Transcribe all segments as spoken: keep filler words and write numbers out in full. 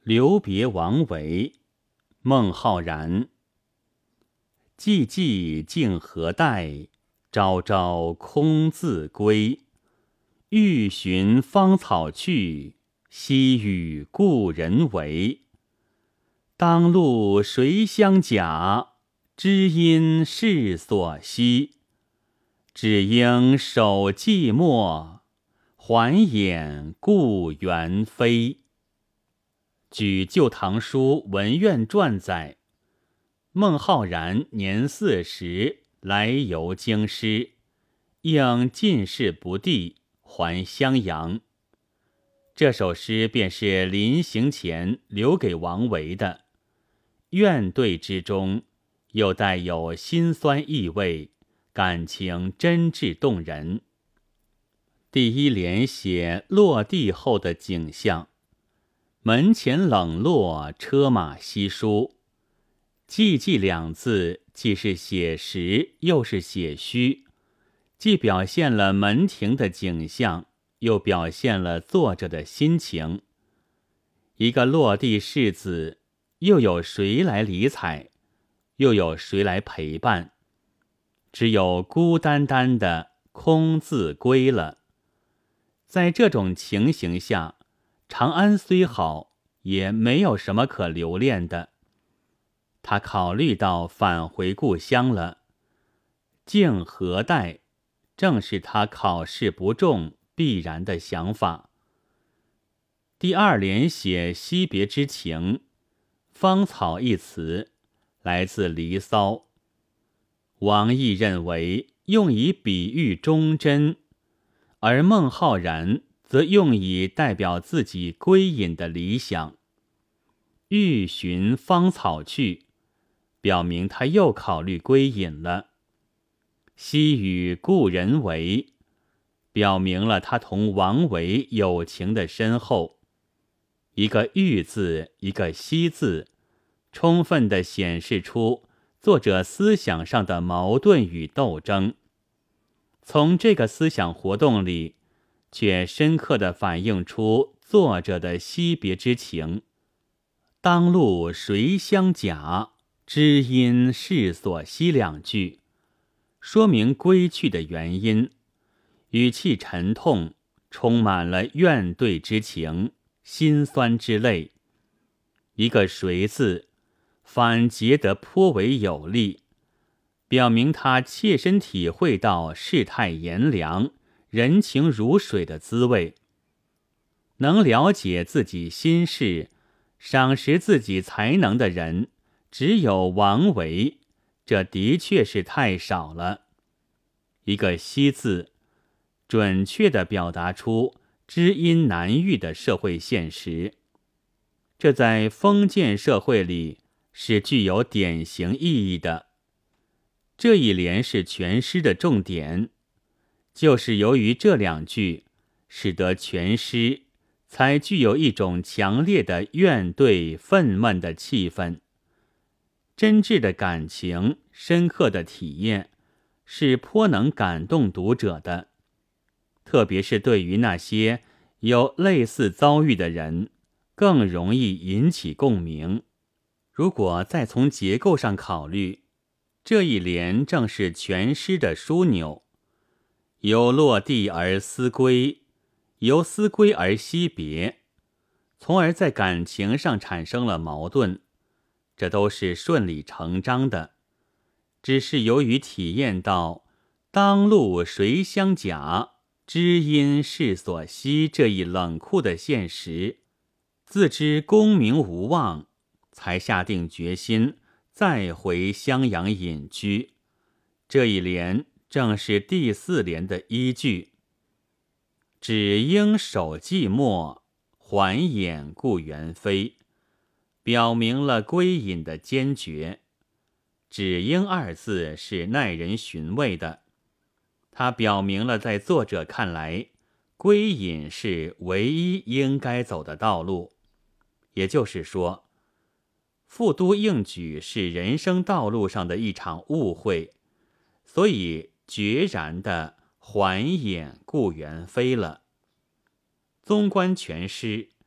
留别王维，孟浩然。寂寂竟何待，朝朝空自归。欲寻芳草去，惜与故人违。当路谁相甲？知音是所惜。只应守寂寞，还掩故园飞。据《旧唐书文苑传》载，孟浩然年四十，来游京师，应进士不第，还襄阳。这首诗便是临行前留给王维的，怨对之中又带有心酸意味，感情真挚动人。第一联写落地后的景象，门前冷落，车马稀疏。寂寂两字既是写实又是写虚，既表现了门庭的景象，又表现了作者的心情。一个落地士子，又有谁来理睬，又有谁来陪伴？只有孤单单的空自归了。在这种情形下，长安虽好，也没有什么可留恋的。他考虑到返回故乡了，竟何待？正是他考试不中必然的想法。第二联写惜别之情，芳草一词来自《离骚》。王逸认为用以比喻忠贞，而孟浩然则用以代表自己归隐的理想。欲寻芳草去，表明他又考虑归隐了。惜与故人违，表明了他同王维友情的深厚。一个欲字，一个惜字，充分地显示出作者思想上的矛盾与斗争。从这个思想活动里，却深刻地反映出作者的惜别之情。当路谁相甲？知音是所惜两句，说明归去的原因，语气沉痛，充满了怨怼之情，心酸之泪。一个谁字，反结得颇为有力，表明他切身体会到世态炎凉、人情如水的滋味。能了解自己心事、赏识自己才能的人，只有王维，这的确是太少了。一个惜字，准确地表达出知音难遇的社会现实。这在封建社会里是具有典型意义的。这一联是全诗的重点，就是由于这两句，使得全诗才具有一种强烈的怨怼愤懑的气氛。真挚的感情，深刻的体验，是颇能感动读者的。特别是对于那些有类似遭遇的人，更容易引起共鸣。如果再从结构上考虑，这一联正是全诗的枢纽。由落地而思归，由思归而惜别，从而在感情上产生了矛盾，这都是顺理成章的。只是由于体验到当路谁相甲？知音是所惜这一冷酷的现实，自知功名无望，才下定决心再回襄阳隐居。这一联正是第四联的依据。只应守寂寞，还掩故园飞，表明了归隐的坚决。只应二字是耐人寻味的，它表明了在作者看来，归隐是唯一应该走的道路。也就是说，赴都应举是人生道路上的一场误会，所以决然地还掩故园飞了。纵观全诗，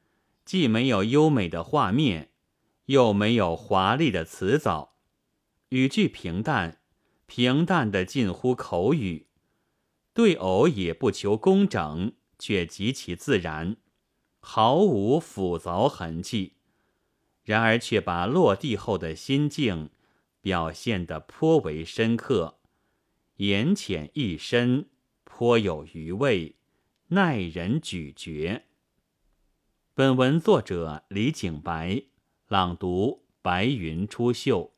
既没有优美的画面，又没有华丽的词藻，语句平淡，平淡的近乎口语，对偶也不求工整，却极其自然，毫无斧凿痕迹，然而却把落地后的心境表现得颇为深刻，言浅意深，颇有余味，耐人咀嚼。本文作者李景白，朗读白云出岫。